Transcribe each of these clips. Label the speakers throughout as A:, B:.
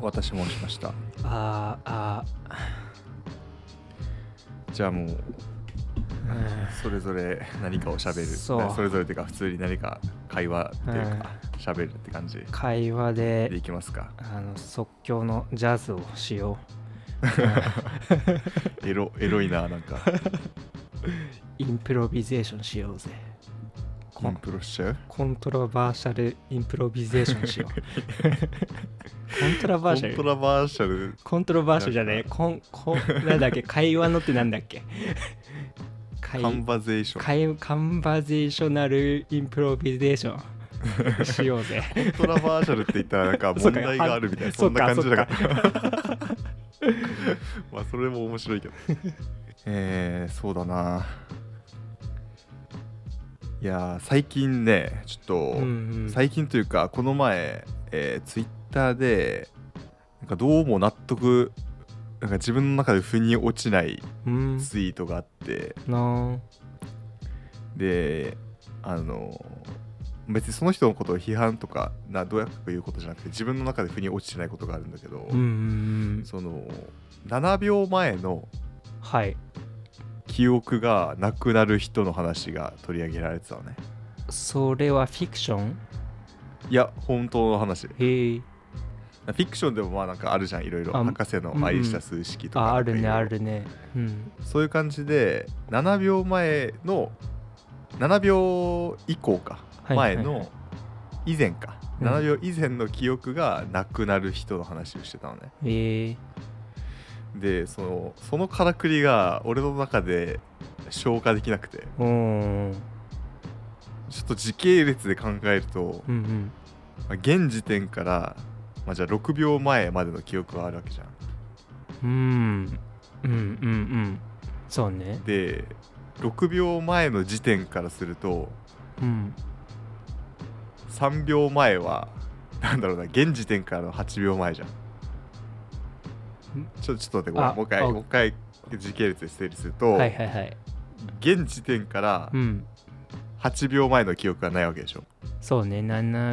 A: 私もしました。
B: あ
A: じゃあもうそれぞれ何かを喋る。それぞれというか普通に何か会話っていうか喋るって感じ
B: 会話で
A: いきますか。
B: 即興のジャズをしよ
A: うエロいな。なんか
B: インプロビゼーションしようぜ。
A: インプロしちゃう。
B: コントラバーシャルインプロビゼーションしよう。コントラバーシャルじゃねえ。なんだっけ、会話のってなんだっけ。
A: カンバゼーショ
B: ナルインプロビゼーションしようぜ。
A: コントラバーシャルって言ったらなんか問題があるみたいなそんな感じだからまあそれも面白いけどそうだな。いや最近ねちょっと、最近というかこの前、ツイッターでなんかどうも納得なんか自分の中で腑に落ちないツイートがあって、で別にその人のことを批判とかどうやって言うことじゃなくて自分の中で腑に落ちてないことがあるんだけど、その7秒前の記憶がなくなる人の話が取り上げられてたのね。
B: それはフィクション？
A: いや本当の話。
B: へー。
A: フィクションでもまあなんかあるじゃん、いろいろ博士の愛した数式とか、
B: あるねあるね、
A: そういう感じで7秒前の7秒以降か、前の以前か、7秒以前の記憶がなくなる人の話をしてたのね。でそのからくりが俺の中で消化できなくて、ちょっと時系列で考えると、現時点からじゃあ6秒前までの記憶はあるわけじゃん。
B: そうね。
A: で6秒前の時点からすると、3秒前はなんだろうな、現時点からの8秒前じゃん。ちょっと待って、もう一回時系列で整理すると、現時点から8秒前の記憶がないわけでしょ。
B: そうね。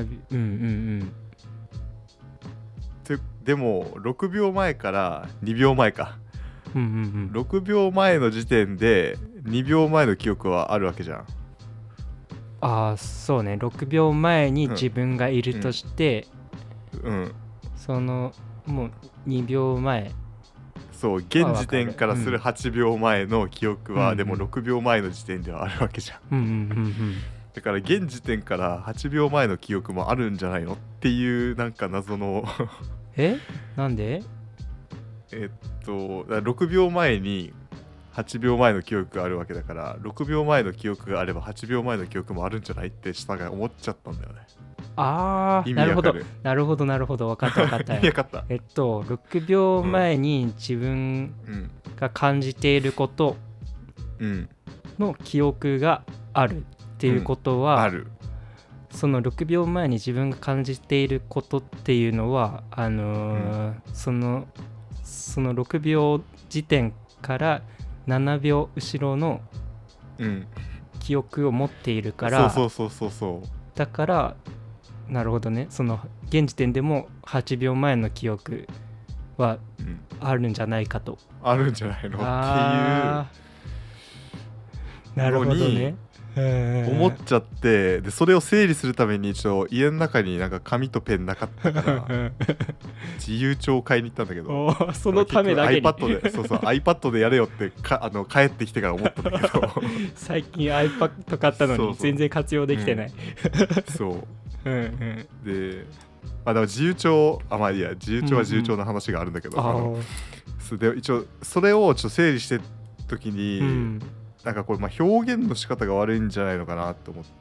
A: でも6秒前から2秒前か、6秒前の時点で2秒前の記憶はあるわけじゃん。
B: そうね。6秒前に自分がいるとして、そのもう2秒前、
A: そう現時点からする8秒前の記憶は、でも6秒前の時点ではあるわけじゃん。だから現時点から8秒前の記憶もあるんじゃないのっていうなんか謎の
B: なんで
A: 6秒前に8秒前の記憶があるわけだから、6秒前の記憶があれば8秒前の記憶もあるんじゃないって下が思っちゃったんだよね。
B: なるほど分かった
A: 意味わかった
B: 6秒前に自分が感じていることの記憶があるっていうことは、その6秒前に自分が感じていることっていうのはその6秒時点から7秒後ろの記憶を持っているから、だからなるほどね、その現時点でも8秒前の記憶はあるんじゃないかと、
A: あるんじゃないのっていう
B: なるほどね
A: 思っちゃって、でそれを整理するために家の中になんか紙とペンなかったから自由帳を買いに行ったんだけど
B: そのためだけに
A: iPad でやれよって帰ってきてから思ったんだけど
B: 最近 iPad 買ったのに全然活用できてない。
A: そうでだから自由帳自由帳は自由帳の話があるんだけど、で一応それを整理してる時に、なんかこれ表現の仕方が悪いんじゃないのかなと思って、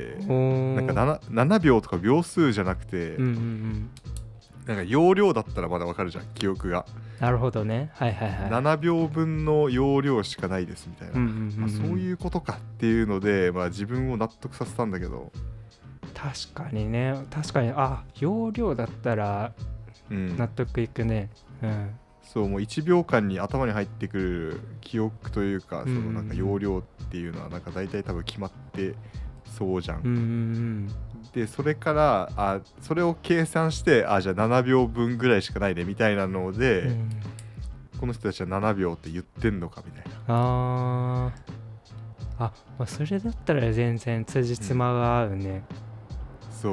A: なんか 7秒とか秒数じゃなくて、なんか容量だったらまだわかるじゃん、記憶が。
B: なるほどね。
A: 7秒分の容量しかないですみたいな、そういうことかっていうので、自分を納得させたんだけど。
B: 確かに容量だったら納得いくね。
A: そうもう1秒間に頭に入ってくる記憶というか、そのなんか容量っていうのはなんか大体多分決まってそうじゃん。 でそれからそれを計算してじゃあ7秒分ぐらいしかないねみたいなので、この人たちは7秒って言ってんのかみたいな。
B: まあ、それだったら全然辻褄が合うね、
A: そう、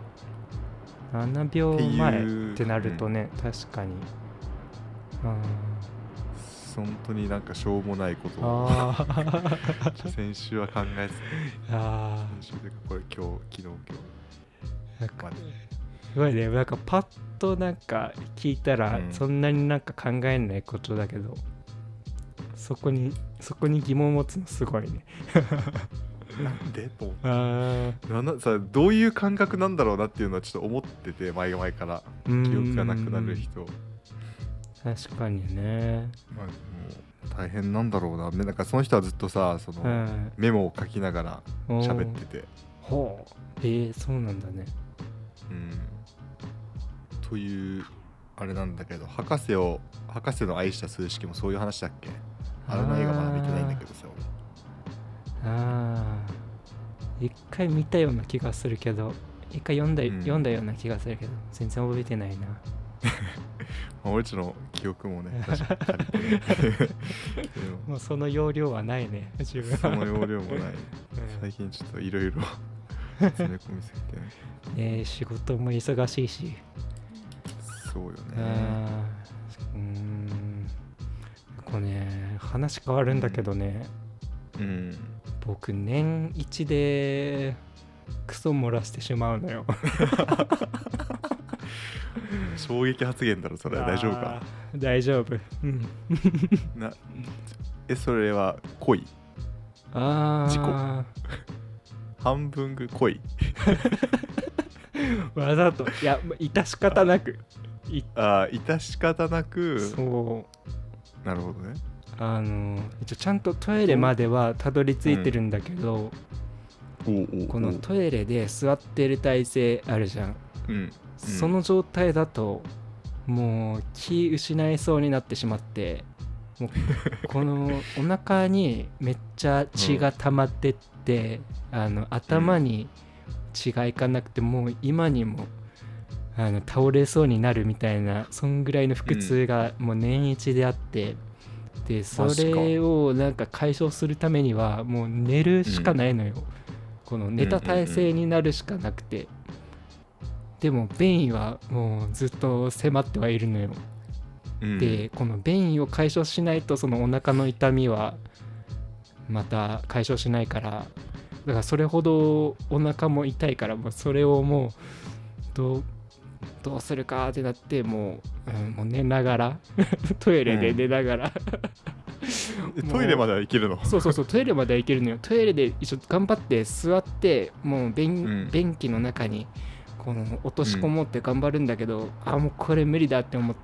B: 7秒前ってなるとね、確かに
A: 本当になんかしょうもないことを先週は考えてた。先週というかこれ昨日
B: なんかすごいね、なんかパッとなんか聞いたらそんなになんか考えないことだけど、そこに疑問を持つのすごいね。
A: なんでとさ、どういう感覚なんだろうなっていうのはちょっと思ってて、前から記憶がなくなる人。
B: 確かにね、
A: もう大変なんだろうな。なんかその人はずっとさ、そのメモを書きながら喋ってて、
B: ほう、そうなんだね。
A: というあれなんだけど、博士の愛した数式もそういう話だっけ？あれの映画まだ見てないんだけどさ。
B: 一回見たような気がするけど、一回読んだような気がするけど、全然覚えてないな。
A: 俺たちの記憶もね、確かに
B: もうその容量はないね、自分は。
A: その容量もない。最近ちょっといろいろ詰め込みすぎ
B: て。仕事も忙しいし。
A: そうよね。
B: これね、話変わるんだけどね、僕年1でクソ漏らしてしまうのよ。
A: 衝撃発言だろそれ。大丈夫か？
B: 大丈夫。
A: それは恋？事故？半分恋？
B: わざと、いや、致し方なく。
A: 致し方なく。
B: そう。
A: なるほどね。
B: 一応ちゃんとトイレまではたどり着いてるんだけど、このトイレで座ってる体勢あるじゃん。その状態だともう気失いそうになってしまって、もうこのお腹にめっちゃ血が溜まってって、頭に血がいかなくて、もう今にも倒れそうになるみたいな、そんぐらいの腹痛がもう年一であって、でそれをなんか解消するためにはもう寝るしかないのよ。この寝た体勢になるしかなくて、でも便意はもうずっと迫ってはいるのよ。でこの便意を解消しないと、そのお腹の痛みはまた解消しないから、だからそれほどお腹も痛いから、もうそれをもうどうするかってなって、もう寝ながらトイレで寝ながら、
A: トイレまでは行けるの？
B: そうトイレまでは行けるのよ。トイレで一緒頑張って座って、もう便器の中にこの落とし込もうって頑張るんだけど、もうこれ無理だって思って、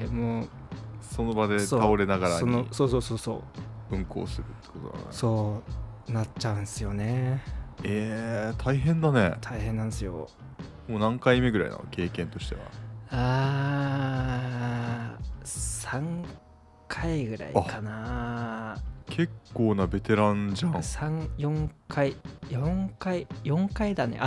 B: もう
A: その場で倒れながらに
B: そう
A: 運行するってことだね。
B: そうなっちゃうんすよね。
A: 大変だね。
B: 大変なんですよ。
A: もう何回目ぐらいなの、経験として
B: は。3回ぐらいかな。
A: 結構なベテランじゃん。
B: 4回だね。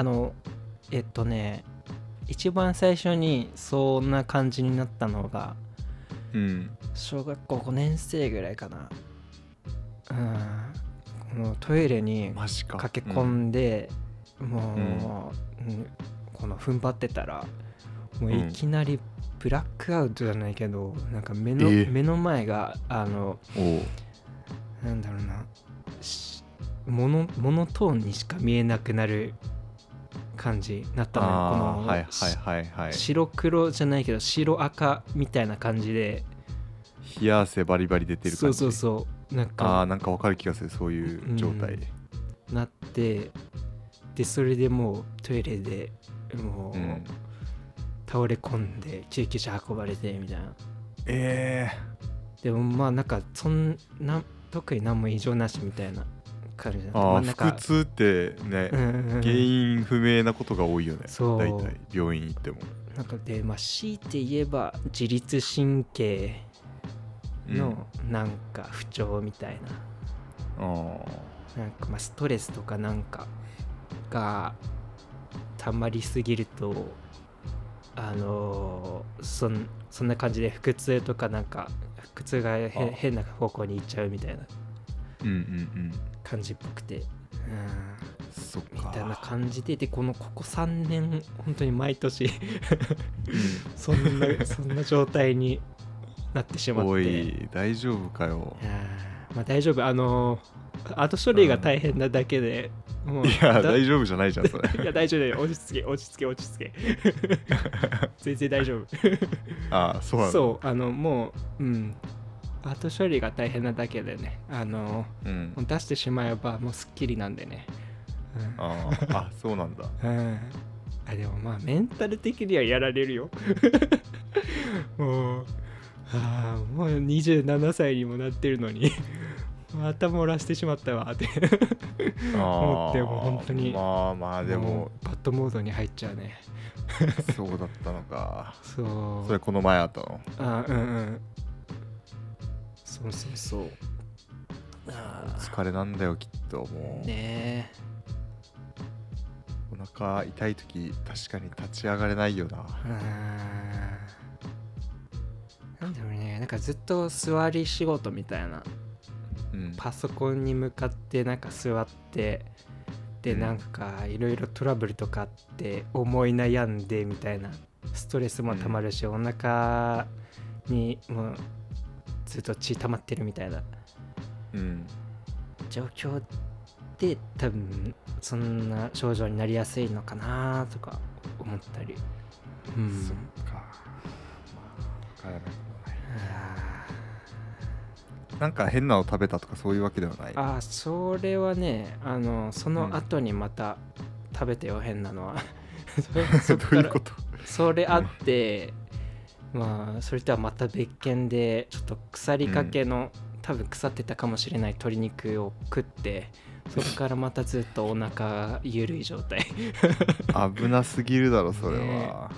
B: 一番最初にそんな感じになったのが、小学校5年生ぐらいかな。このトイレに駆け込んで、もう、この踏ん張ってたら、もういきなりブラックアウトじゃないけど、なんか目の前がなんだろうな、モノトーンにしか見えなくなる感じになったのよ。この白黒じゃないけど白赤みたいな感じで、
A: 冷や汗バリバリ出てる感じ。
B: そうなん
A: か分かる気がする、そういう状態、
B: なって、でそれでもうトイレでもう、倒れ込んで救急車運ばれてみたいな。でもまあなんか特に何も異常なしみたいな感じだった。
A: 腹痛ってね、原因不明なことが多いよね。大体病院行っても。なんか
B: で、強いて言えば自律神経のなんか不調みたいな、なんかストレスとかなんかが多ハマりすぎるとそんな感じで腹痛とかなんか腹痛が変な方向に行っちゃうみたいな感じっぽくて、
A: そっか
B: みたいな感じでここ3年本当に毎年そんな状態になってしまって。
A: おい大丈夫かよ。
B: まあ大丈夫、後処理が大変なだけで、もう
A: いや大丈夫じゃないじゃんそれ。
B: いや大丈夫だよ、落ち着け全然大丈夫。
A: ああそうなんだ。
B: そうもう後処理が大変なだけでね、出してしまえばもうすっきりなんでね。
A: あそうなんだ。
B: でもまあメンタル的にはやられるよ。もう27歳にもなってるのにまた漏らしてしまったわって思って、もう本当に
A: まあでも
B: バッドモードに入っちゃうね。
A: そうだったのか。
B: そ
A: れこの前あったの。
B: そう
A: お疲れなんだよきっと。もう
B: ね
A: お腹痛い時確かに立ち上がれないよな。
B: なんだろうね、なんかずっと座り仕事みたいな、パソコンに向かってなんか座ってで、なんかいろいろトラブルとかあって思い悩んでみたいな、ストレスもたまるし、お腹にもうずっと血溜まってるみたいな、状況で多分そんな症状になりやすいのかなとか思ったり。
A: そっか。分からない。なんか変なの食べたとかそういうわけではない。
B: それはね、その後にまた食べてよ、変なのは。
A: どういうこと？
B: それあって、まあそれとはまた別件でちょっと腐りかけの、多分腐ってたかもしれない鶏肉を食って、そこからまたずっとお腹緩い状態。
A: 危なすぎるだろそれは。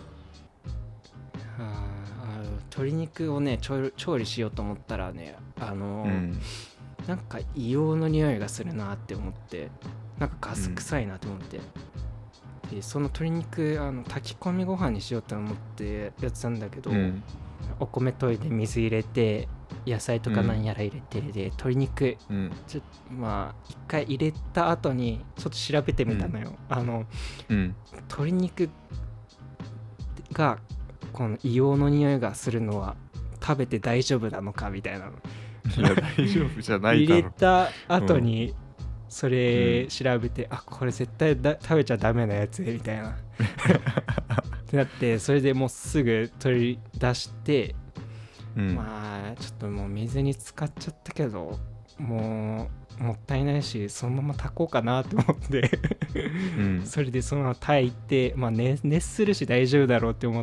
B: 鶏肉をね調理しようと思ったらね、なんか硫黄の匂いがするなって思って、なんかガス臭いなと思って、でその鶏肉炊き込みご飯にしようと思ってやってたんだけど、お米研いで水入れて野菜とか何やら入れて、で鶏肉、まあ一回入れた後にちょっと調べてみたのよ。鶏肉がこの硫黄の匂いがするのは食べて大丈夫なのかみたいなの。
A: いや大丈夫じゃないだろ。
B: 入れた後にそれ調べて、これ絶対食べちゃダメなやつみたいなってなって、それでもうすぐ取り出して、まあちょっともう水に浸かっちゃったけどもったいないし、そのまま炊こうかなと思ってそれでそのまま炊いて、熱するし大丈夫だろうって思って、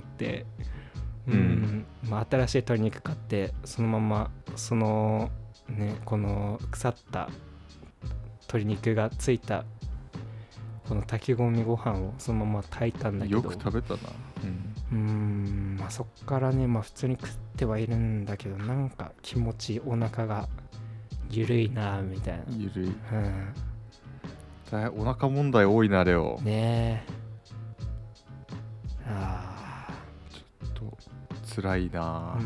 B: 新しい鶏肉買ってそのままこの腐った鶏肉がついたこの炊き込みご飯をそのまま炊いたんだけど、
A: よく食べたな。
B: そっからね、普通に食ってはいるんだけど、なんか気持ちお腹が緩いなみたいな。
A: 緩い。お腹問題多いな、レオ。
B: ねえ。
A: ちょっと辛いな。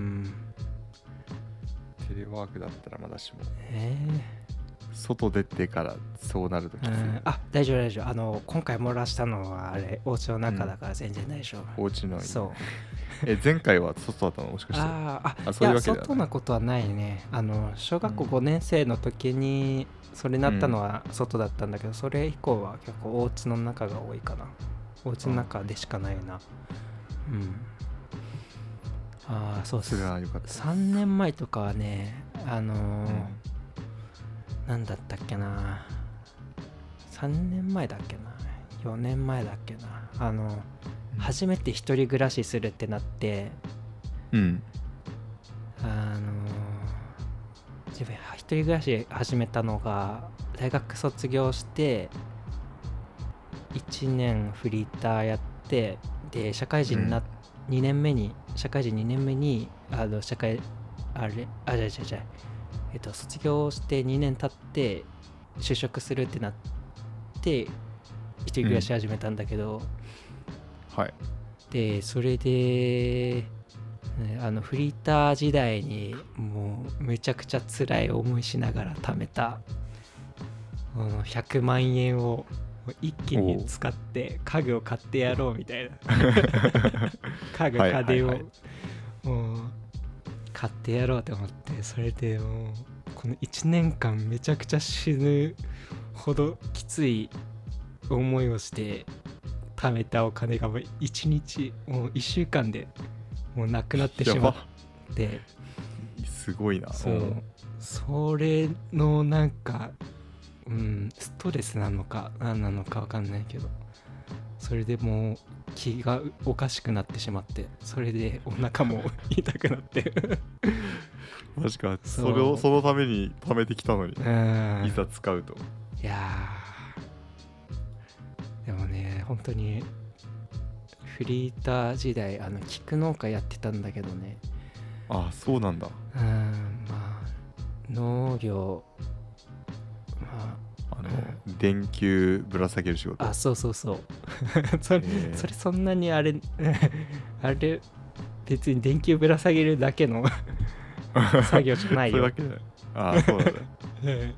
A: テレワークだったらまだしも。外出てからそうなるときつい。
B: 大丈夫。今回漏らしたのはあれお家の中だから全然大丈夫。
A: お家の。
B: そう。
A: 前回は外だったのもしかして。
B: そういうわけではない。外なことはないね。小学校5年生の時にそれなったのは外だったんだけど、それ以降は結構お家の中が多いかな。お家の中でしかないな。そうです。3年前とかはね、なんだったっけな、3年前だっけな、4年前だっけな、初めて一人暮らしするってなって、自分一人暮らし始めたのが大学卒業して1年フリーターやって、で社会人になって2年目に卒業して2年経って就職するってなって1 一人暮らし始めたんだけど、
A: はい。
B: でそれでフリーター時代にもうめちゃくちゃ辛い思いしながら貯めた100万円を一気に使って家具を買ってやろうみたいな家電をもう買ってやろうと思って、それでもうこの1年間めちゃくちゃ死ぬほどきつい思いをして貯めたお金がもう1日もう1週間でもうなくなってしまって、
A: すごいな。
B: それのなんかストレスなのか何なのか分かんないけど、それでもう気がおかしくなってしまって、それでお腹も痛くなって
A: マジか。そのために貯めてきたのにいざ使うと。
B: いやでもね、本当にフリーター時代菊農家やってたんだけどね。
A: ああ、そうなんだ。
B: まあ農業、
A: 電球ぶら下げる仕事。
B: あ、そうそれそんなにあれ別に電球ぶら下げるだけの作業じゃないよ。
A: それだけだよ。ああ、そうだね。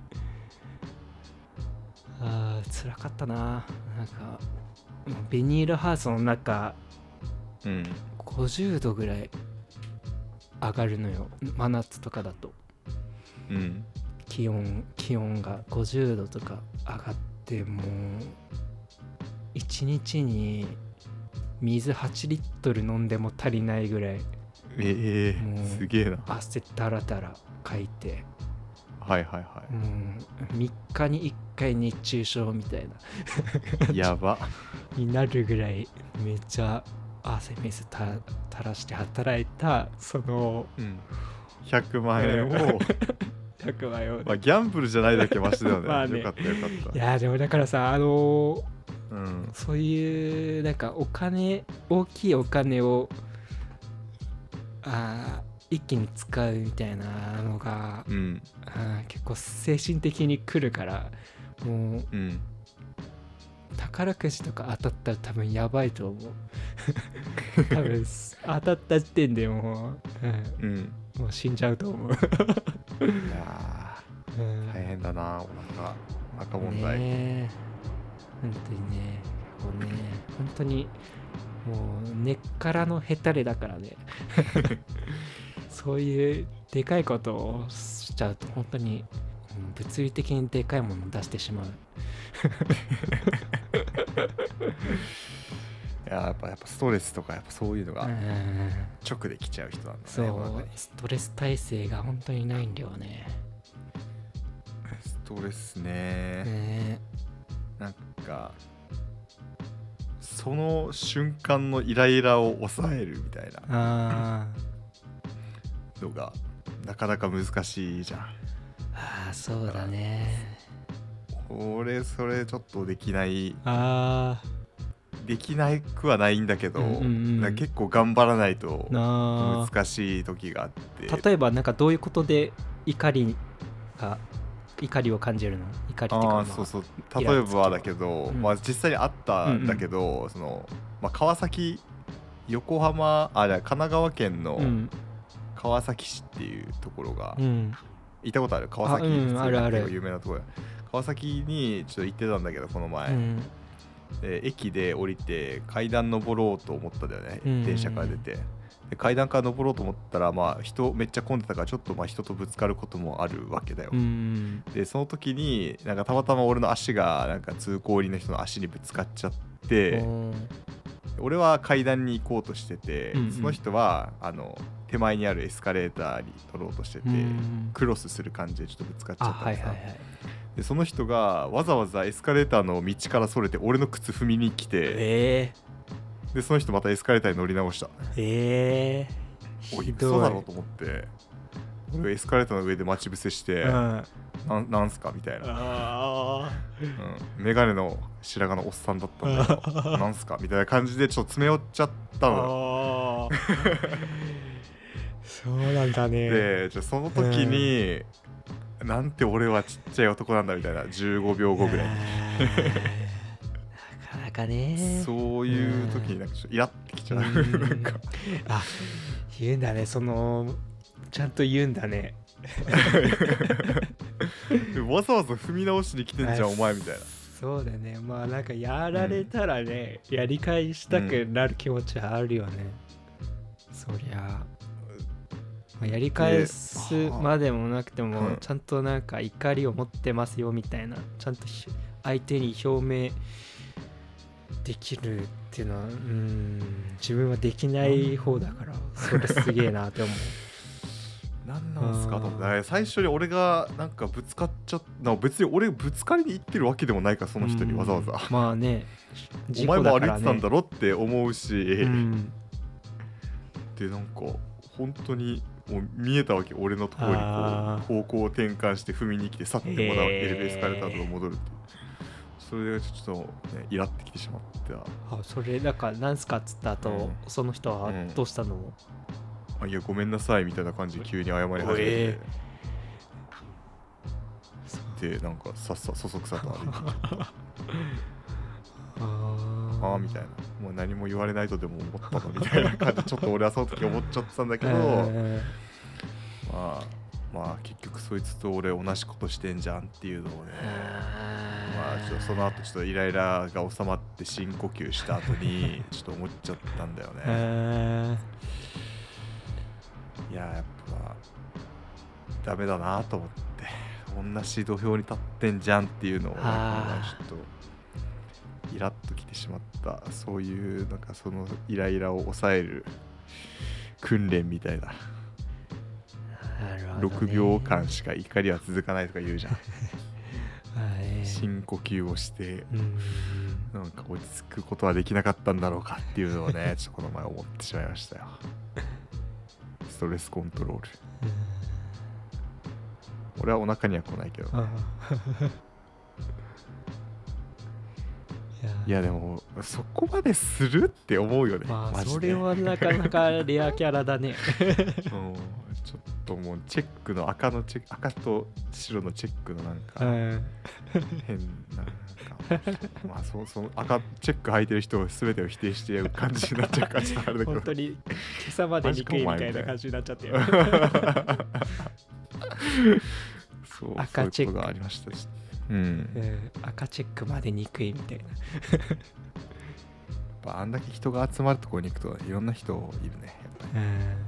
B: 辛かったな。なんかビニールハウスの中、50度ぐらい上がるのよ、真夏とかだと。気温が50度とか上がって、もう1日に水8リットル飲んでも足りないぐらい、
A: すげえな。
B: 汗だらだらかいて、
A: もう
B: 3日に1回熱中症みたいな
A: やば
B: になるぐらいめっちゃ汗水垂らして働いたその、
A: 100万円を
B: 100万円を、
A: ギャンブルじゃないだけマシだよね。
B: まあね、
A: よかった。
B: いやでもだからさ、そういうなんか大きいお金を一気に使うみたいなのが、結構精神的に来るから、もう、宝くじとか当たったら多分やばいと思う多分当たった時点でもう、もう死んじゃうと思うい
A: や大変だな、お腹問題。
B: 本当にね、本当にもう根っからのヘタレだからねそういうでかいことをしちゃうと本当に物理的にでかいものを出してしまう
A: やっぱストレスとかやっぱそういうのが直できちゃう人なんだね。
B: そうストレス耐性が本当にないんだよね。
A: ストレスね。なんかその瞬間のイライラを抑えるみたいなのがなかなか難しいじゃん。
B: そうだね。
A: 俺それちょっとできないくはないんだけど、結構頑張らないと難しい時があって。
B: 例えばなんかどういうことで怒りを感じるの？怒りってか、
A: そう例えばだけど、実際にあったんだけど、川崎横浜神奈川県の川崎市っていうところが、行ったことある？川崎
B: ある
A: 有名なところ。川崎にちょっと行ってたんだけど、この前、駅で降りて階段登ろうと思ったんだよね、電車から出て。で階段から登ろうと思ったら、人めっちゃ混んでたからちょっと人とぶつかることもあるわけだよ。でその時になんかたまたま俺の足がなんか通行人の人の足にぶつかっちゃって、俺は階段に行こうとしてて、その人は手前にあるエスカレーターに乗ろうとしてて、クロスする感じでちょっとぶつかっちゃったんさ。でその人がわざわざエスカレーターの道からそれて俺の靴踏みに来て、でその人またエスカレーターに乗り直した。おい嘘だろと思って、俺エスカレーターの上で待ち伏せして、なんすかみたいな、メガネの白髪のおっさんだったんだけどなんすかみたいな感じでちょっと詰め寄っちゃったの。
B: そうなんだね。
A: でその時に、なんて俺はちっちゃい男なんだみたいな、15秒後ぐらい
B: だかかね
A: そういう時になんかちょっとイラってきちゃうなんか
B: あ、言うんだね、そのちゃんと言うんだね
A: わざわざ踏み直しに来てんじゃんお前みたいな。
B: そうだね、まあなんかやられたらね、やり返したくなる気持ちはあるよね、そりゃ、まあ、やり返すまでもなくても、ちゃんとなんか怒りを持ってますよみたいな、ちゃんと相手に表明できるっていうのは自分はできない方だから、それすげえなって思う
A: 何なんすかと思って、最初に俺がなんかぶつかっちゃった別に俺ぶつかりに行ってるわけでもないから、その人にわざわざ
B: まあね、
A: お前も歩いてたんだろって思うし、でなんか本当にもう見えたわけ、俺のところにこう方向を転換して踏みに来て、去ってまたエレベーターから戻るっていう、それでちょっと、ね、イラってきてしまった。
B: それだから何すかっつった後、その人はどうしたの？
A: いやごめんなさいみたいな感じで急に謝り始めて、でなんかさっさそそくさと歩いてああみたいな、もう何も言われないとでも思ったのみたいな感じちょっと俺はその時思っちゃってたんだけどまあ結局そいつと俺同じことしてんじゃんっていうのをね、まあちょっとその後ちょっとイライラが収まって深呼吸した後にちょっと思っちゃったんだよね。いややっぱダメだなと思って、同じ土俵に立ってんじゃんっていうのをちょっとイラッときてしまった。そういうなんかそのイライラを抑える訓練みたいな、6秒間しか怒りは続かないとか言うじゃん深呼吸をしてなんか落ち着くことはできなかったんだろうかっていうのをねちょっとこの前思ってしまいましたよ。ストレスコントロール。俺はお腹には来ないけど、ね、いやでもそこまでするって思うよね。
B: まあそれはなかなかレアキャラだね
A: ちょっともうチェックの赤と白のチェックのなんか変なまあその赤チェック履いてる人を全てを否定してる感じになっちゃう感じがあるんだけど
B: 本当に今朝まで憎いみたいな感じになっちゃってる
A: そう赤チェックがありましたし、
B: 赤チェックまで憎いみたいな
A: あんだけ人が集まるところに行くといろんな人いるねやっぱ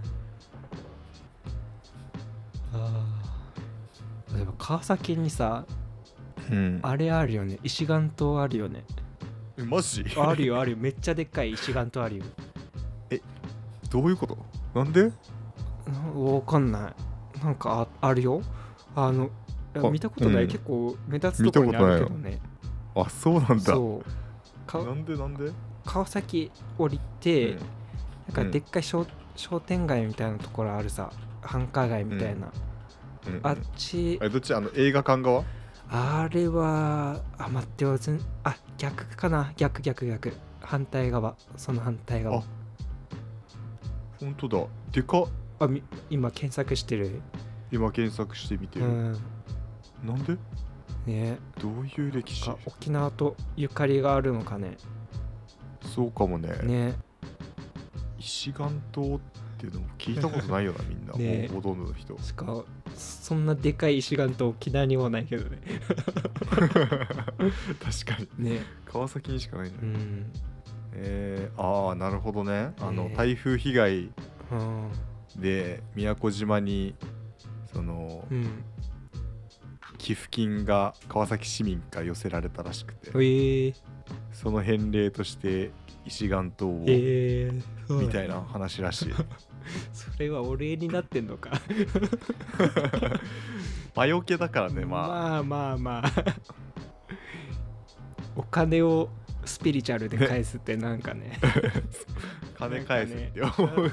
B: り。でも川崎にさ、あれあるよね、石岩島あるよね。
A: マジ？
B: あるよめっちゃでっかい石岩島あるよ。
A: どういうこと？なんで？
B: わかんない。なんか あるよ。見たことない、結構目立つところにあるけどね。
A: あ、そうなんだ。
B: そうなんで川崎降りて、なんかでっかい商店街みたいなところあるさ、繁華街みたいな、あっち
A: どっち映画館側？
B: あれは待ってよ、逆かな、逆反対側、その反対側。
A: 本当だ、でかっ。
B: 今検索してる。
A: 今検索してみてる。なんで
B: ね、
A: どういう歴史？
B: 沖縄とゆかりがあるのかね。
A: そうかもね。
B: ね、
A: 石岩島っていうのも聞いたことないよなみんな、ね、ほとんどの人。
B: しかそんなでかい石岩島沖縄にもないけどね
A: 確かに
B: ね、
A: 川崎にしかないんだよ。なるほどね。台風被害で宮古島にその、寄付金が川崎市民から寄せられたらしくて、その返礼として石岩島を、みたいな話らしい
B: それはお礼になってんのか
A: 魔除けだからね。
B: まあお金をスピリチュアルで返すってなんかね
A: 金返すって思う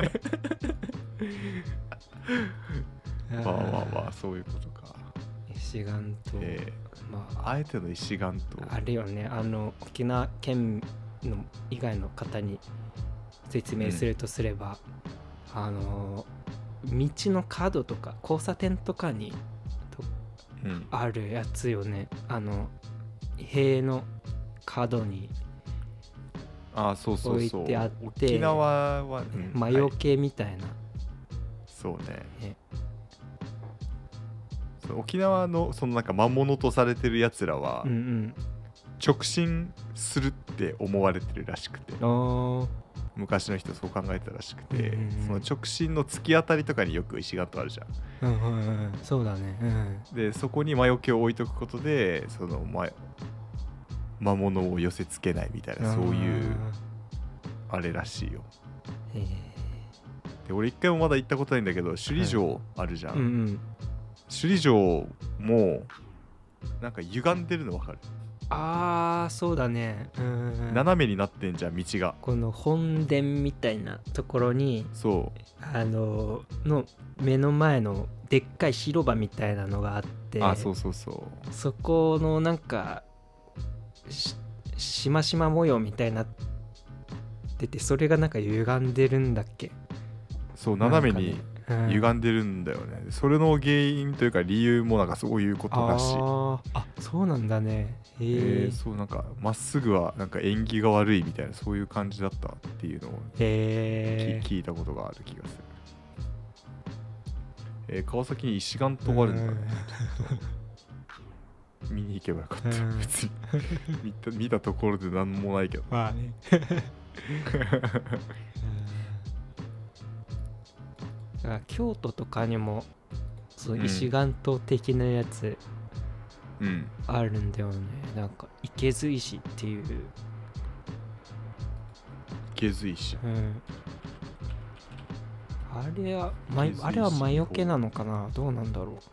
A: まあそういうことか。
B: 石岩島、
A: あえての石岩島
B: あれよね。沖縄県の以外の方に説明するとすれば、道の角とか交差点とかにあるやつよね。塀の角に置いてあって、
A: 沖縄は、
B: 魔除けみたいな、
A: そうね。沖縄のそのなんか魔物とされてるやつらは、直進するって思われてるらしくて、昔の人そう考えたらしくて、その直進の突き当たりとかによく石垣あるじゃん。
B: そうだね。
A: でそこに魔除けを置いとくことでその魔物を寄せつけないみたいな、そういうあれらしいよ。で俺一回もまだ行ったことないんだけど、首里城あるじゃん。首里城もなんか歪んでるの分かる？
B: そうだね。
A: 斜めになってんじゃん、道が。
B: この本殿みたいなところに、の目の前のでっかい広場みたいなのがあって、そこのなんかしましま模様みたいになってて、それがなんか歪んでるんだっけ？
A: そう、斜めに歪んでるんだよね。それの原因というか理由もなんかそういうことらしい。
B: そうなんだね。
A: そうなんかまっすぐはなんか縁起が悪いみたいな、そういう感じだったっていうのを聞いたことがある気がする。川崎に石岩島あるんだね。見に行けばよかった。別に見たところで何もないけど。まあね。
B: 京都とかにもそう石岩島的なやつあるんだよね。なんか池津石っていう。
A: 池津石。
B: あれは魔除けなのかな、どうなんだろう。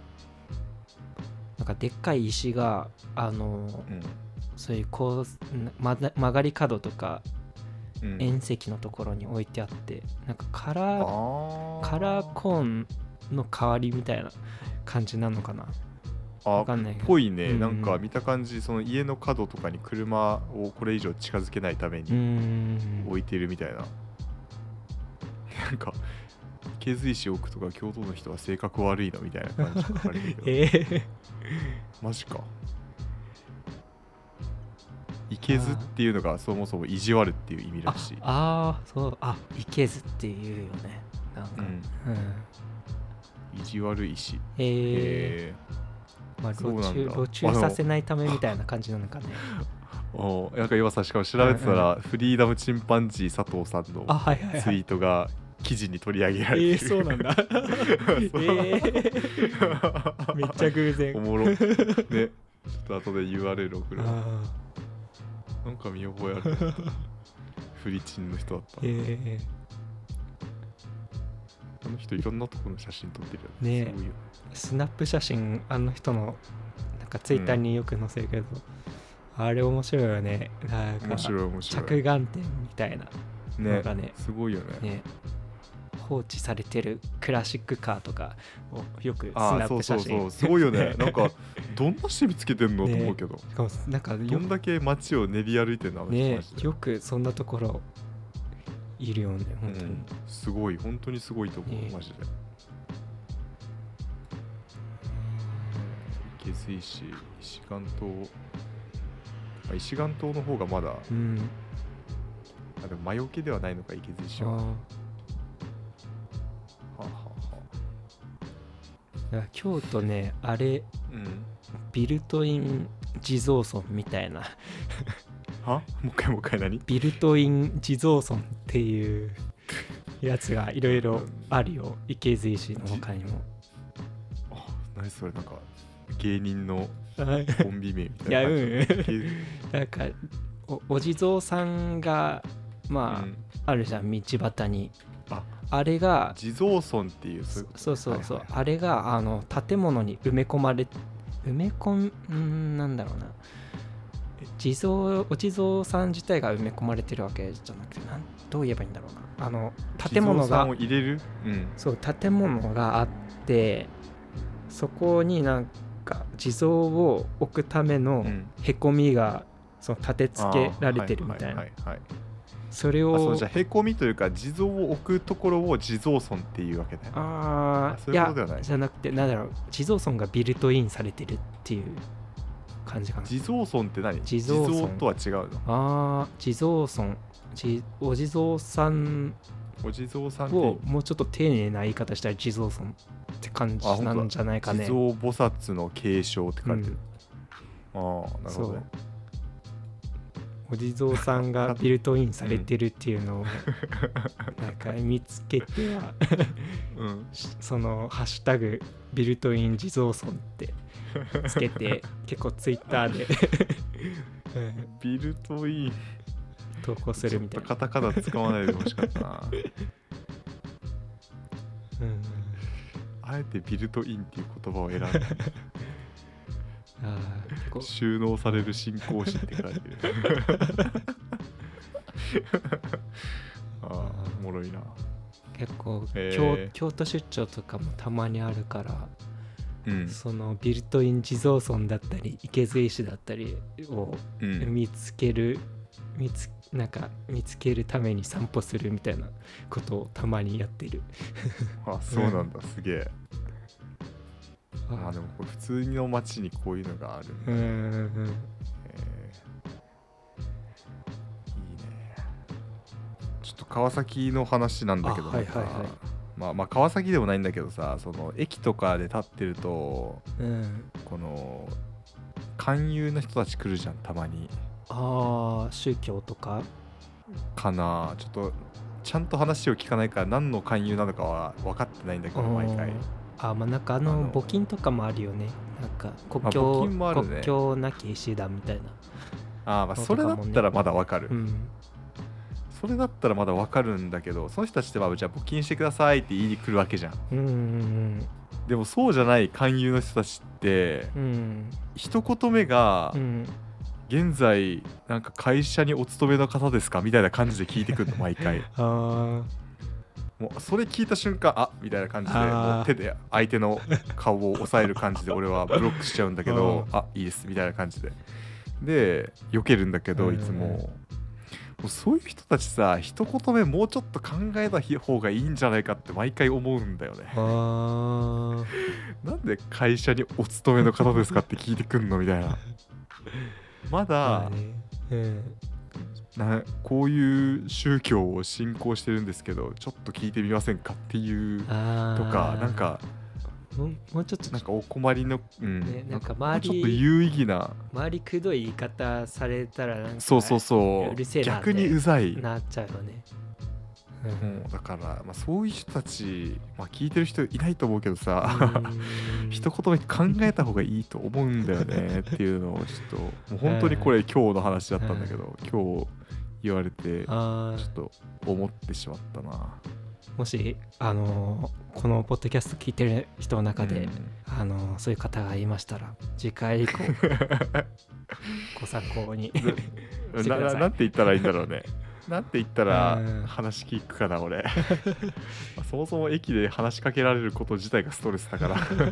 B: なんかでっかい石がそういう曲がり角とか縁石のところに置いてあって、なんかカラーコーンの代わりみたいな感じなのかな。わかんないけど。
A: ぽいね。なんか見た感じ、その家の角とかに車をこれ以上近づけないために置いてるみたいな。なんか池津石置くとか京都の人は性格悪いのみたいな感じがあるけど。マジか。池津っていうのがそもそも意地悪っていう意味らしい。
B: 池津っていうよね。なんか、
A: 意地悪い石。
B: 路中させないためみたいな感じなのかね。
A: なんか今しかも調べてたら、フリーダムチンパンジー佐藤さんのツイートが記事に取り上げられてる。
B: そうなんだ。めっちゃ偶然。
A: おもろ。ね。ちょっと後で URL 送るわ。なんか見覚えある。フリチンの人だった。あの人いろんなところの写真撮ってるよね。
B: スナップ写真あの人のなんかツイッターによく載せるけど、あれ面白いよね。なんか面白い着眼点みたいなのがね、
A: すごいよね。
B: 放置されてるクラシックカーとかをよくスナップ写真。
A: すごいよね。なんかどんな趣味つけてんのと思うけど、なんかどんだけ街を練り歩いてんの
B: ね。よくそんなところいるよね、本当に。
A: すごい、本当にすごいと思う、マジで。池津石、石岩島。石岩島の方がまだ、でも魔除けではないのか、池津石は。
B: 京都ね、あれ、ビルトイン地蔵村みたいな。
A: もう一回何？
B: ビルトイン地蔵村っていうやつがいろいろあるよ。池津石の他にも。
A: 何それ、なんか芸人のコンビ名みたいな。
B: なんか お地蔵さんがあるじゃん、道端に。あれが
A: 地蔵村っていう。
B: そう、あれが建物になんだろうな、お地蔵さん自体が埋め込まれてるわけじゃなくて、どう言えばいいんだろうな、建物が
A: 入れる、
B: そう建物があって、そこになんか地蔵を置くためのへこみがその立て付けられてるみたいな。それを
A: じゃあへこみというか地蔵を置くところを地蔵村っていうわけだよ。
B: そういうことではない。じゃなくて、なんだろう、地蔵村がビルトインされてるっていう感じかな。
A: 地蔵尊って何？
B: 地蔵
A: とは違うの？
B: ああ、地蔵尊、お地蔵さんをもうちょっと丁寧な言い方したら地蔵尊って感じなんじゃないかね。
A: 地蔵菩薩の継承って書いてる。ああ、なるほどね。
B: お地蔵さんがビルトインされてるっていうのをなんか見つけてはそのハッシュタグビルトイン地蔵尊ってつけて結構ツイッターで
A: ビルトイン
B: 投稿するみたいな。
A: ちょっとカタカナ使わないでほしかったな。あえてビルトインっていう言葉を選んで収納される信仰心って書いてる。おもろいな。
B: 結構、京都出張とかもたまにあるから、そのビルトイン地蔵尊だったり池津石だったりを見つけるために散歩するみたいなことをたまにやってる。
A: あ、そうなんだ、すげえ。まあでもこれ普通の街にこういうのがあるんだ。いいね。ちょっと川崎の話なんだけど、まあ川崎でもないんだけどさ、その駅とかで立ってると、この勧誘の人たち来るじゃん、たまに。
B: ああ、宗教とか
A: かな。ちょっとちゃんと話を聞かないから何の勧誘なのかは分かってないんだけど、毎回。
B: まあなんか募金とかもあるよね。なんか国境なき医師団みたいな。
A: まあそれだったらまだ分かる。それだったらまだ分かるんだけど、その人たちってじゃあ募金してくださいって言いに来るわけじゃん。でもそうじゃない勧誘の人たちって、一言目が、現在なんか会社にお勤めの方ですかみたいな感じで聞いてくるの、毎回。もうそれ聞いた瞬間、みたいな感じでもう手で相手の顔を押さえる感じで俺はブロックしちゃうんだけど、いいですみたいな感じで避けるんだけど、いつもうそういう人たちさ、一言目もうちょっと考えた方がいいんじゃないかって毎回思うんだよね。なんで会社にお勤めの方ですかって聞いてくんのみたいな。まだこういう宗教を信仰してるんですけど、ちょっと聞いてみませんかっていうとか、なんか
B: もうちょっと
A: なんかお困りの、
B: なんか周り
A: ちょっと有意義な、
B: 周りくどい言い方されたらなんか
A: そう
B: うるせえな
A: 逆にうざい
B: なっちゃうよね。
A: だから、そういう人たち、聞いてる人いないと思うけどさ、一言目考えた方がいいと思うんだよねっていうのをちょっともう本当にこれ今日の話だったんだけど、今日言われてちょっと思ってしまったな。
B: もしこのポッドキャスト聞いてる人の中で、そういう方がいましたら次回以降ご参考にしてください。
A: なんて言ったらいいんだろうね。なんて言ったら話聞くかな俺。そもそも駅で話しかけられること自体がストレスだから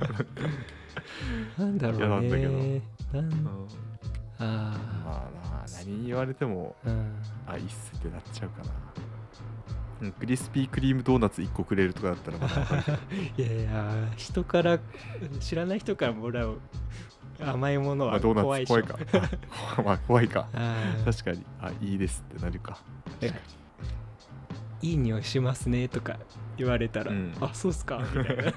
B: なんだろうね。
A: 嫌なんだけど、何言われても、いいっすってなっちゃうかな。クリスピークリームドーナツ1個くれるとかだったらまだ分かる。
B: いや人から知らない人からもらう甘いものは怖いし、
A: 怖いか。怖いか。確かにいいですってなるか。
B: いい匂いしますねとか言われたら、そうっすかみたいな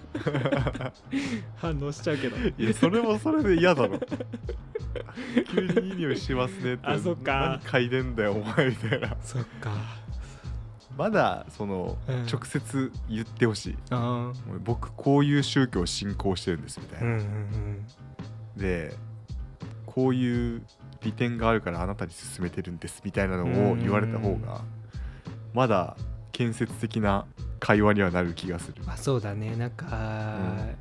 B: 反応しちゃうけど、
A: いやそれもそれで嫌だろ。急にいい匂いしますねって、
B: そっか、
A: 何嗅いでんだよお前みたいな。
B: そっか、
A: まだ直接言ってほしい。僕こういう宗教を信仰してるんですみたいな。でこういう利点があるからあなたに勧めてるんですみたいなのを言われた方がまだ建設的な会話にはなる気がする。
B: そうだね。なんか、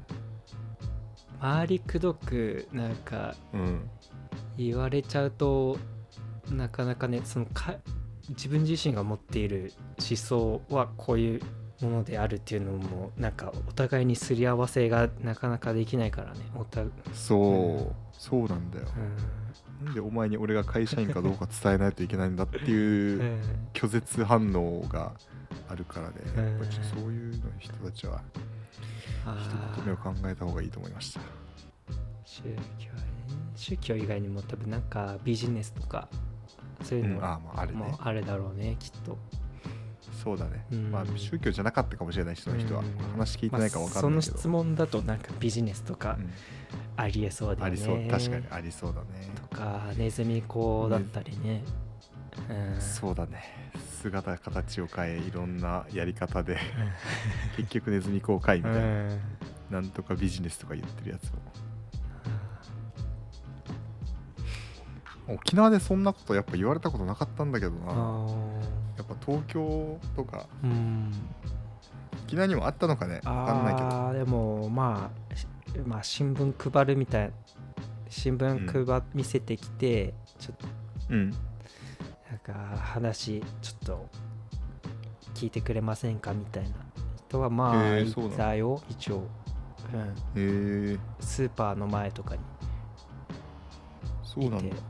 B: 周りくどくなんか言われちゃうと、なかなかね、自分自身が持っている思想はこういうものであるっていうのもなんかお互いにすり合わせがなかなかできないからね。
A: そうなんだよ。なんでお前に俺が会社員かどうか伝えないといけないんだっていう拒絶反応があるからね。やっぱりそういうの人たちは一言目を考えた方がいいと思いました。
B: 宗教ね。 宗教以外にも多分なんかビジネスとかそういうのもあるだろうね、きっと。
A: そうだね、まあ宗教じゃなかったかもしれない人の人は話聞いてないか分かんないけど、
B: その質問だとなんかビジネスとかありえそうだよね。
A: ありそう、確かにありそうだね。
B: とかネズミ講だったりね、
A: そうだね、姿形を変えいろんなやり方で結局ネズミ講会みたいな、なんとかビジネスとか言ってるやつを沖縄でそんなことやっぱ言われたことなかったんだけどな。やっぱ東京とか沖縄にもあったのかね、分かんないけど。
B: でもまあ新聞配るみたいな、新聞見せてきてちょっとなんか話ちょっと聞いてくれませんかみたいな人はまあいたよ一応、スーパーの前とかに
A: そうなんだ。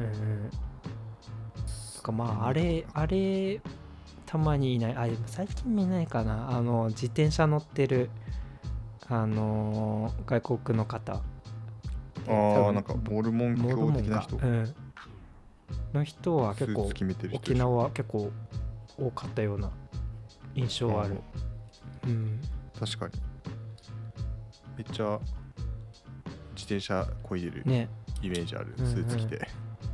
B: まああれたまにいない、でも最近見ないかな、自転車乗ってる外国の方、
A: なんかモルモン教的な人
B: の人は結構沖縄は結構多かったような印象はある。
A: 確かにめっちゃ自転車こいでるイメージある、スーツ着て。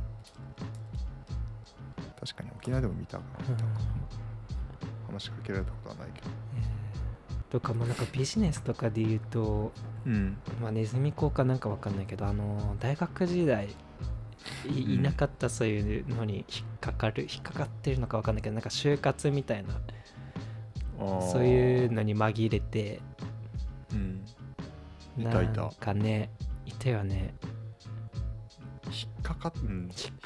A: 確かに沖縄でも見たかな、話しかけられたことはないけど。
B: とかなんかビジネスとかで言うと、まあネズミ講かなんかわかんないけど、大学時代いなかったそういうのに引っかかってるのかわかんないけど、なんか就活みたいなそういうのに紛れて、なんかねいたよね。
A: 引っかかってる。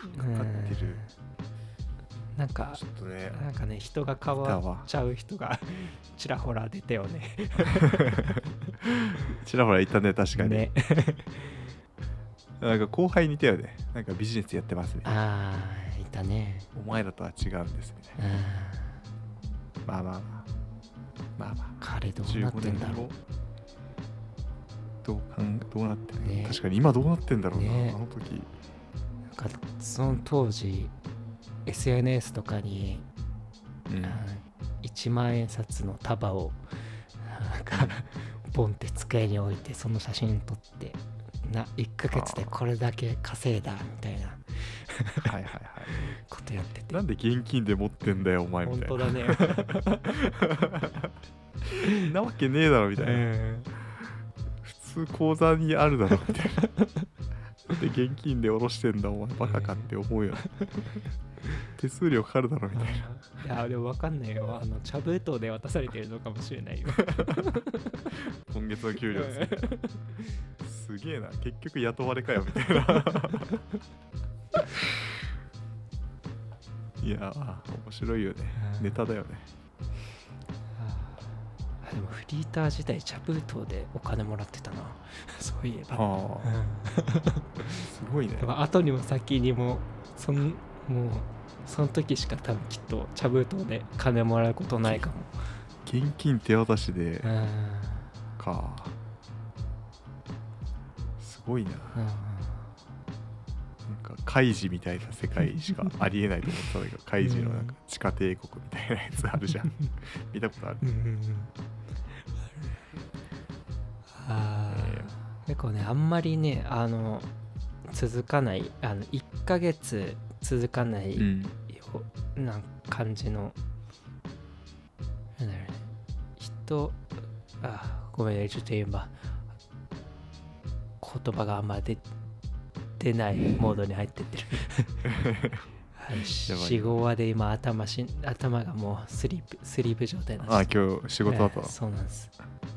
B: なんかちょっとね、なんかね、人が変わっちゃう人がちらほら出たよね。
A: ちらほらいたね、確かに。ね、なんか後輩にいたよね。なんかビジネスやってますね。
B: いたね。
A: お前らとは違うんですみたいな。まあ
B: 彼どうなってんだろう。
A: どうなってんだろう、ね、確かに今どうなってんだろうな、あの時。
B: なんかその当時SNS とかに、1万円札の束をなんかボンって机に置いてその写真撮って1ヶ月でこれだけ稼いだみたいなことやってて、
A: なんで現金で持ってんだよお前みたいな。
B: 本当だね。
A: なわけねえだろみたいな、普通口座にあるだろみたいな。で現金で下ろしてんだお前バカかって思うよ。手数料かかるだろみたい
B: な。いやでも分かんないよ、茶封筒で渡されてるのかもしれないよ。
A: 今月の給料すげえな、結局雇われかよみたいな。いや面白いよね、ネタだよね。
B: でもフリーター自体茶封筒でお金もらってたな。そういえば。
A: すごいね。
B: 後にも先にももうその時しか多分きっと茶封筒で金もらうことないかも。
A: 現金手渡しでか。すごいな。なんかカイジみたいな世界しかありえないと思ってたんだけど、カイジのなんか地下帝国みたいなやつあるじゃん。見たことある。
B: 結構ね、あんまりね続かない、1ヶ月続かないような感じの、なんだろうね、ごめんね、ちょっと今言葉があんま出ないモードに入ってってる。4、5話で今頭がもうスリープ状態なんです。
A: 今日仕事だった、
B: そうなんです。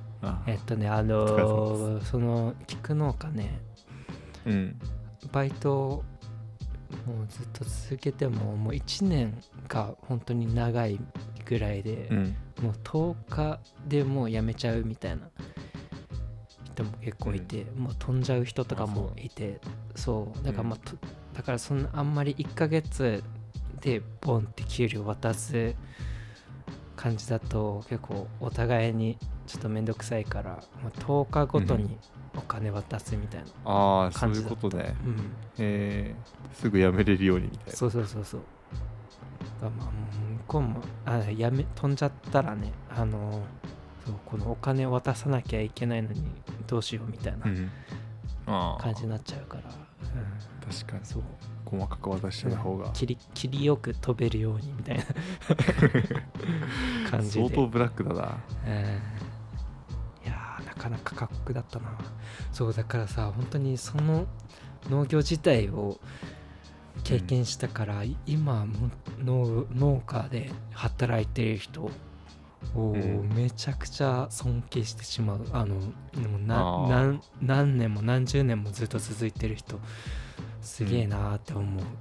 B: その菊農家ね、バイトもうずっと続けてもう1年が本当に長いぐらいで、もう10日でもう辞めちゃうみたいな人も結構いて、もう飛んじゃう人とかもいて、そうだからだからあんまり1ヶ月でボンって給料渡す感じだと結構お互いにちょっとめんどくさいから、10日ごとにお金渡すみたいな
A: ああ、そういう
B: 感じだった。
A: ことね。
B: うん
A: すぐ辞めれるようにみたいな。
B: そうそうそうそう。まあ、向こうも飛んじゃったらね、そうこのお金を渡さなきゃいけないのにどうしようみたいな感じになっちゃうから、
A: 確かに
B: そう
A: 細かく渡してた方が、
B: 切りよく飛べるようにみたいな感じで
A: 相当ブラックだな。
B: いやーなかなか過酷だったな。そうだからさ、本当にその農業自体を経験したから、今も農家で働いてる人をめちゃくちゃ尊敬してしまう。何年も何十年もずっと続いてる人すげえなーって思う。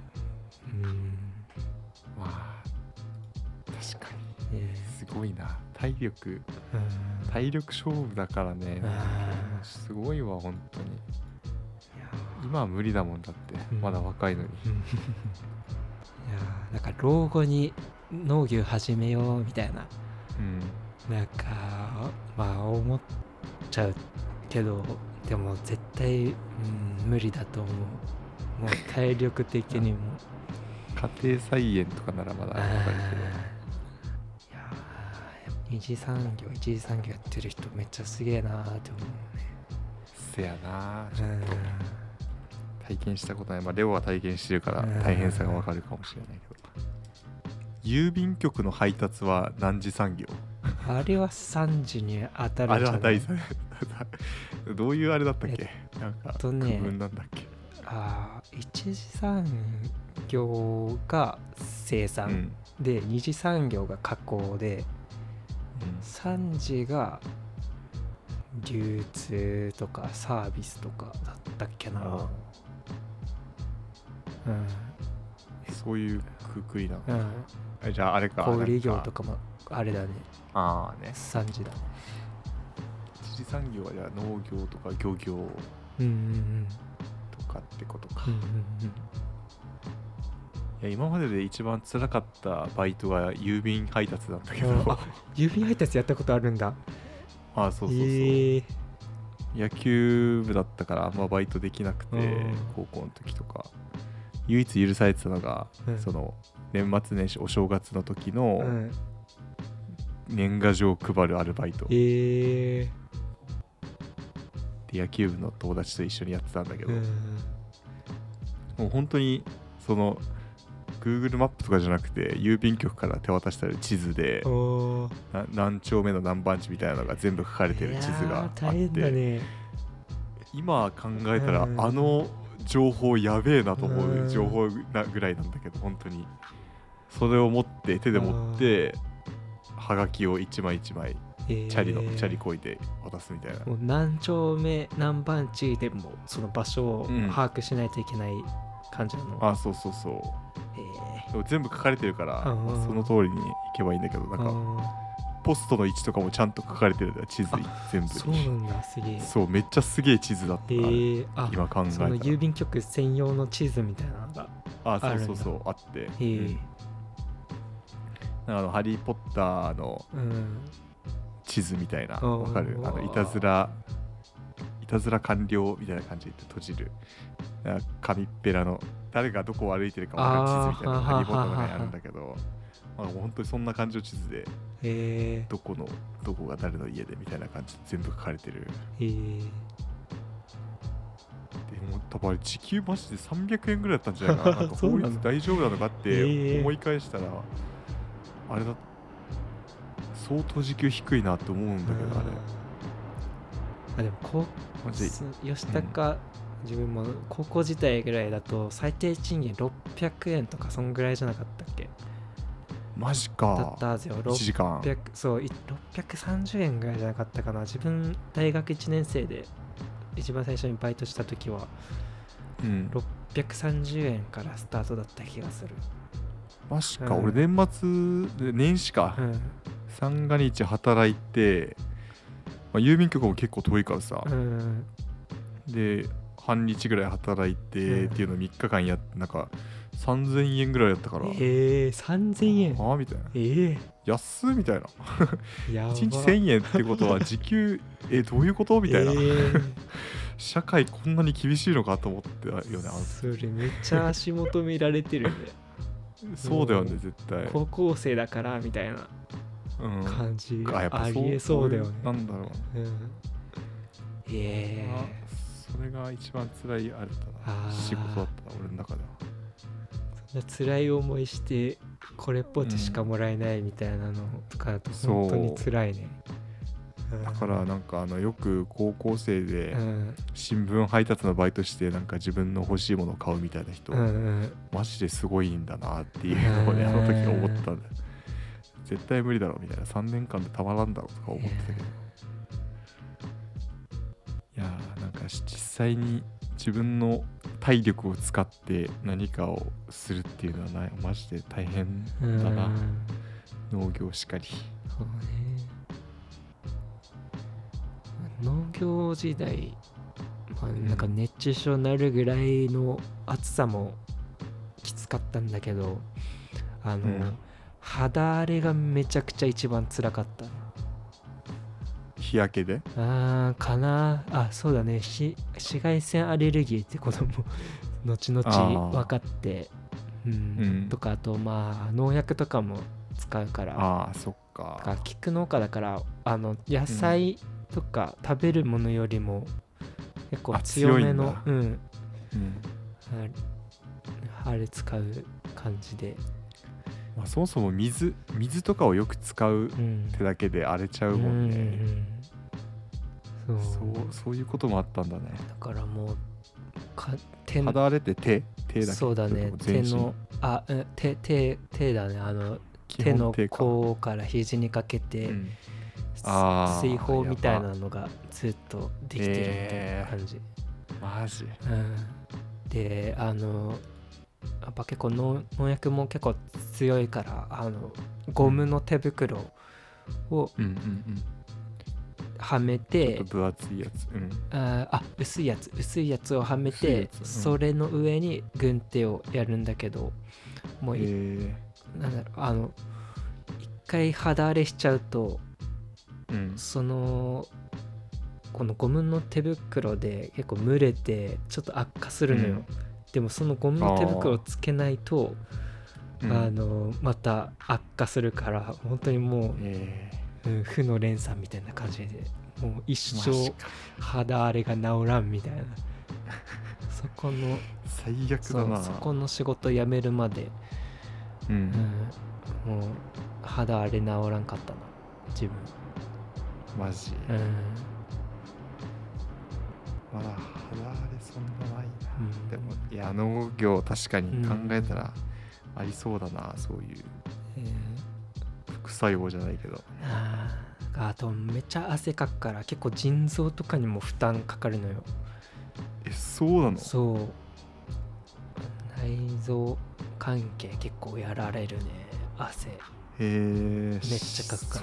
A: まあ確かに、すごいな。体力勝負だからね。すごいわ本当に。今は無理だもんだって、まだ若いのに。い
B: やなんか老後に農業始めようみたいな、なんかまあ思っちゃうけど、でも絶対、無理だと思う。もう体力的にも
A: 家庭菜園とかならまだ分かるけど、い
B: や一次産業やってる人めっちゃすげえなーって思うね。
A: せやな、ちょっと体験したことない。まあレオは体験してるから大変さが分かるかもしれないけど、郵便局の配達は何次産業？
B: あれは3時に当たるんじゃない？あれは
A: どういうあれだったっけ？なんか区分なんだっけ？
B: 一次産業が生産、で二次産業が加工で、3次が流通とかサービスとかだったっけな。
A: そういうくくりなの。じゃああれか、
B: 小売業とかもあれだね。
A: ね、
B: 3次だね。
A: 一次産業はじゃあ農業とか漁業とかってことか。いや今までで一番辛かったバイトが郵便配達なんだけど。
B: 郵便配達やったことあるんだ。
A: そうそうそう、野球部だったからあんまバイトできなくて、高校の時とか唯一許されてたのが、その年末年始お正月の時の年賀状を配るアルバイト、で野球部の友達と一緒にやってたんだけど、もう本当にその Google マップとかじゃなくて郵便局から手渡したる地図で何丁目の何番地みたいなのが全部書かれてる地図があって、ね、今考えたらあの情報やべえなと思う情報ぐらいなんだけど、本当にそれを持って手で持ってはがきを一枚一枚チャリこいで渡すみたいな。
B: もう何丁目何番地でもその場所を把握しないといけない感じなの。
A: そうそうそう。でも全部書かれてるから、その通りに行けばいいんだけど、なんかポストの位置とかもちゃんと書かれてるんだ、地図全部に。
B: そうなんだ、すげえ。
A: そう、めっちゃすげえ地図だったから、今考えたら。その
B: 郵便局専用の地図みたいなのがあるんだ。
A: そうそうそう、あって。なんかハリー・ポッターの地図みたいな、わかる？いたずら完了みたいな感じで閉じる。紙っぺらの誰がどこを歩いてるか分かる地図みたいなのがハリー・ポッターの中にあるんだけど、本当にそんな感じの地図で、どこが誰の家でみたいな感じで全部書かれてる。でも多分あれ時給マジで300円ぐらいだったんじゃないかな。なんか法律大丈夫なのかって思い返したら、あれだ、相当時給低いなって思うんだけど、あれ。
B: でも吉高、自分も高校時代ぐらいだと最低賃金600円とかそんぐらいじゃなかったっけ？
A: マジか。
B: だったはずよ。
A: 1時間。
B: そう、630円ぐらいじゃなかったかな。自分大学1年生で一番最初にバイトした時は、630円からスタートだった気がする。
A: マジか、俺年末年始か、三が日働いて、郵便局も結構遠いからさ、で半日ぐらい働いてっていうのを3日間やって、なんか3000円ぐらいだったから、
B: 3000円
A: みたいな、安っみたいな1日1000円ってことは時給どういうことみたいな社会こんなに厳しいのかと思ってよね。
B: それめっちゃ足元見られてるね。
A: そうだよね絶対。
B: 高校生だからみたいな感じ
A: あ
B: りえそうだよね。
A: なんだろう、それが一番辛いあれだな、仕事だった俺の中では。
B: そんな辛い思いしてこれっぽっちしかもらえないみたいなのとかだと本当に辛いね。
A: だからなんかよく高校生で新聞配達のバイトしてなんか自分の欲しいものを買うみたいな人、マジですごいんだなっていうのをね、あの時思ったんだよ。絶対無理だろうみたいな、3年間でたまらんだろうとか思ってたけど、いやーなんか実際に自分の体力を使って何かをするっていうのはない、マジで大変だな、農業しかり。
B: そうね、農業時代、なんか熱中症になるぐらいの暑さもきつかったんだけど、肌荒れがめちゃくちゃ一番辛かった。
A: 日焼けで
B: かなあ。そうだね、紫外線アレルギーってことも後々分かって、とか、あと農薬とかも使うから、
A: そっか。
B: だから菊農家だから野菜とか食べるものよりも結構強めのあれ使う感じで、
A: そもそも水とかをよく使うってだけで荒れちゃうもんね。そういうこともあったんだね。
B: だからもう
A: 肌荒れって手だけ。
B: そうだね、手の手だね。手の甲から肘にかけて、水疱みたいなのがずっとできてるみたいな感じ。
A: マジ、
B: でやっぱ結構農薬も結構強いから、ゴムの手袋をはめて、
A: ちょっと分厚いやつ、
B: 薄いやつをはめて、それの上に軍手をやるんだけど、もうなんだろう、一回肌荒れしちゃうと、このゴムの手袋で結構蒸れてちょっと悪化するのよ。でもそのゴムの手袋をつけないとまた悪化するから、本当にもう、負の連鎖みたいな感じで、もう一生肌荒れが治らんみたいなそこの
A: 最悪だな。
B: そこの仕事辞めるまで、もう肌荒れ治らんかったな自分。
A: マジ、まだ肌荒れそんなないな、でもいや農業確かに考えたらありそうだな、そういう、副作用じゃないけど。
B: あとめっちゃ汗かくから結構腎臓とかにも負担かかるのよ。
A: そうなの？
B: そう、内臓関係結構やられるね、汗。めっちゃかくから。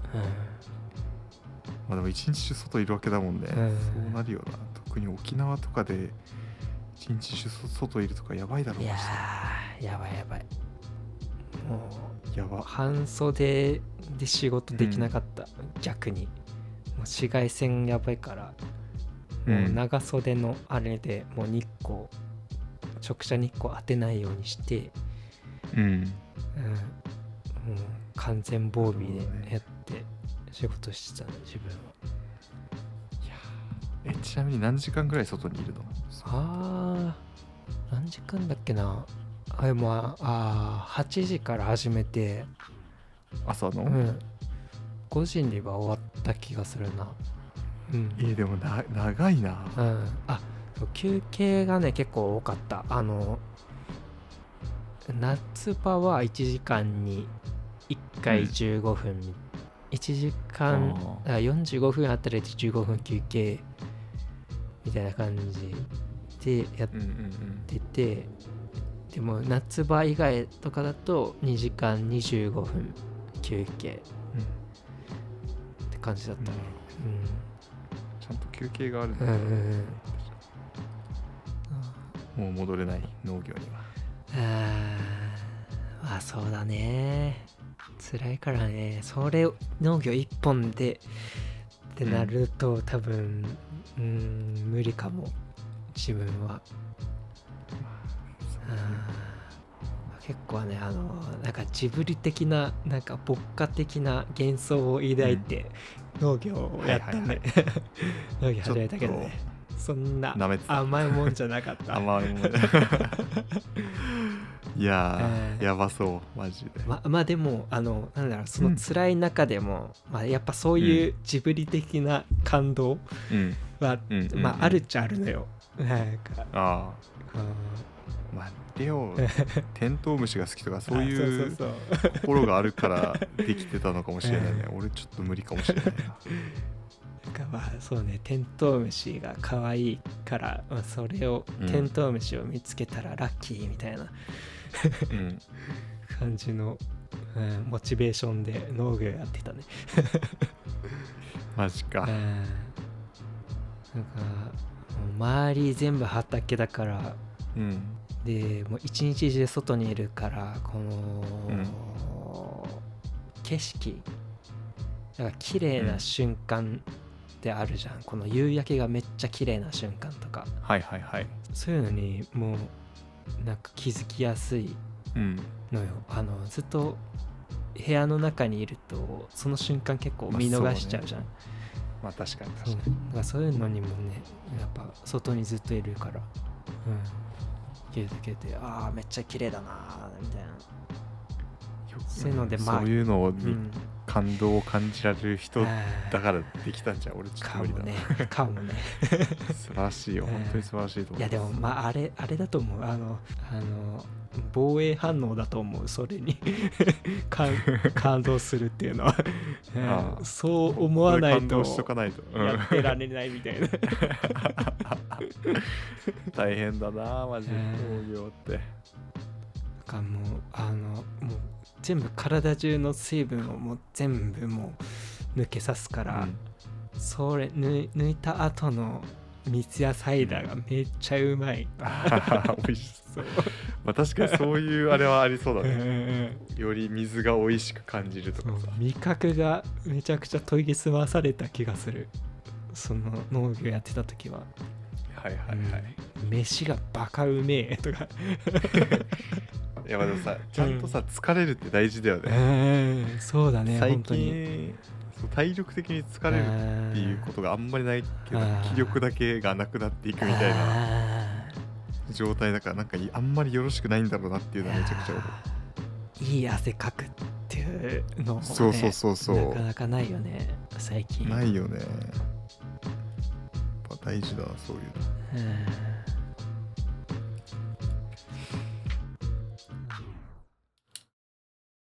A: でも一日中外いるわけだもんね、そうなるよな。特に沖縄とかで一日中外いるとかやばいだろうし。
B: いやー、やばい。もう
A: やば。
B: 半袖で仕事できなかった、逆に。もう紫外線やばいから、もう長袖のあれでもう直射日光当てないようにして、もう完全防備でやって仕事してたね、自分は。
A: いや、ちなみに何時間ぐらい外にいるの？
B: 何時間だっけな。8時から始めて、
A: 朝の、
B: 5時には終わった気がするな。
A: でも長いな。
B: 休憩がね結構多かった。夏場は1時間に1回15分、1時間45分あったら15分休憩みたいな感じでやってて、でも夏場以外とかだと2時間25分休憩って感じだったね。
A: ちゃんと休憩があるんだ。もう戻れない農業には。
B: そうだね、辛いからね。それ農業一本でってなると、多分無理かも自分は。結構ねなんかジブリ的ななんか牧歌的な幻想を抱いて農業をやったね、農業始めたけどね、そんな甘いもんじゃなかった
A: 甘いもんいややばそうマジで。
B: まあでもなんだろう、その辛い中でも、まあやっぱそういうジブリ的な感動は、まああるっちゃあるのよ。なんか
A: まあレオテントウムシが好きとかそういう心があるからできてたのかもしれないね。俺ちょっと無理かもしれないな。
B: なんかまあそうね、テントウムシが可愛いから、まあ、それを、テントウムシを見つけたらラッキーみたいな、感じの、モチベーションで農業やってたね。
A: マジか。なんか
B: 周り全部畑だから、でもう一日中外にいるからこの、景色だから綺麗な瞬間ってあるじゃん、この夕焼けがめっちゃ綺麗な瞬間とか、そういうのにもうなんか気づきやすいのよ。ずっと部屋の中にいるとその瞬間結構見逃しちゃうじゃん。
A: まあ確かに
B: そういうのにもね、やっぱ外にずっといるから、気づけて、ああめっちゃ綺麗だなみたいな。そういうので、まあ
A: そういうのに感動を感じられる人だからできたんじゃん。俺ちょっと無理だな。
B: かもね
A: 素晴らしいよ、本当に素晴らしいと思う。
B: いやでもまああれだと思う、防衛反応だと思う、それに感動するっていうのはそう思わないとやってられないみたいな。
A: 大変だなマジで農業って。
B: なんかもう全部体中の水分をもう全部もう抜けさすから、それ抜いた後の三ツ矢サイダーがめっちゃうまい。
A: 美味しそう。まあ確かにそういうあれはありそうだね。より水が美味しく感じるとかさ。
B: 味覚がめちゃくちゃ研ぎ澄まされた気がする。その農業やってた時は。飯がバカうめえとか。
A: いやまあでもさ、ちゃんとさ、疲れるって大事だよね。
B: そうだね。
A: 最近体力的に疲れるっていうことがあんまりないけど、気力だけがなくなっていくみたいな状態だから、なんかあんまりよろしくないんだろうなっていうのはめちゃくちゃ思う。
B: いい汗かくっていうのも、ね、
A: そう
B: なかなかないよね最近。
A: ないよね。やっぱ大事だなそういうの。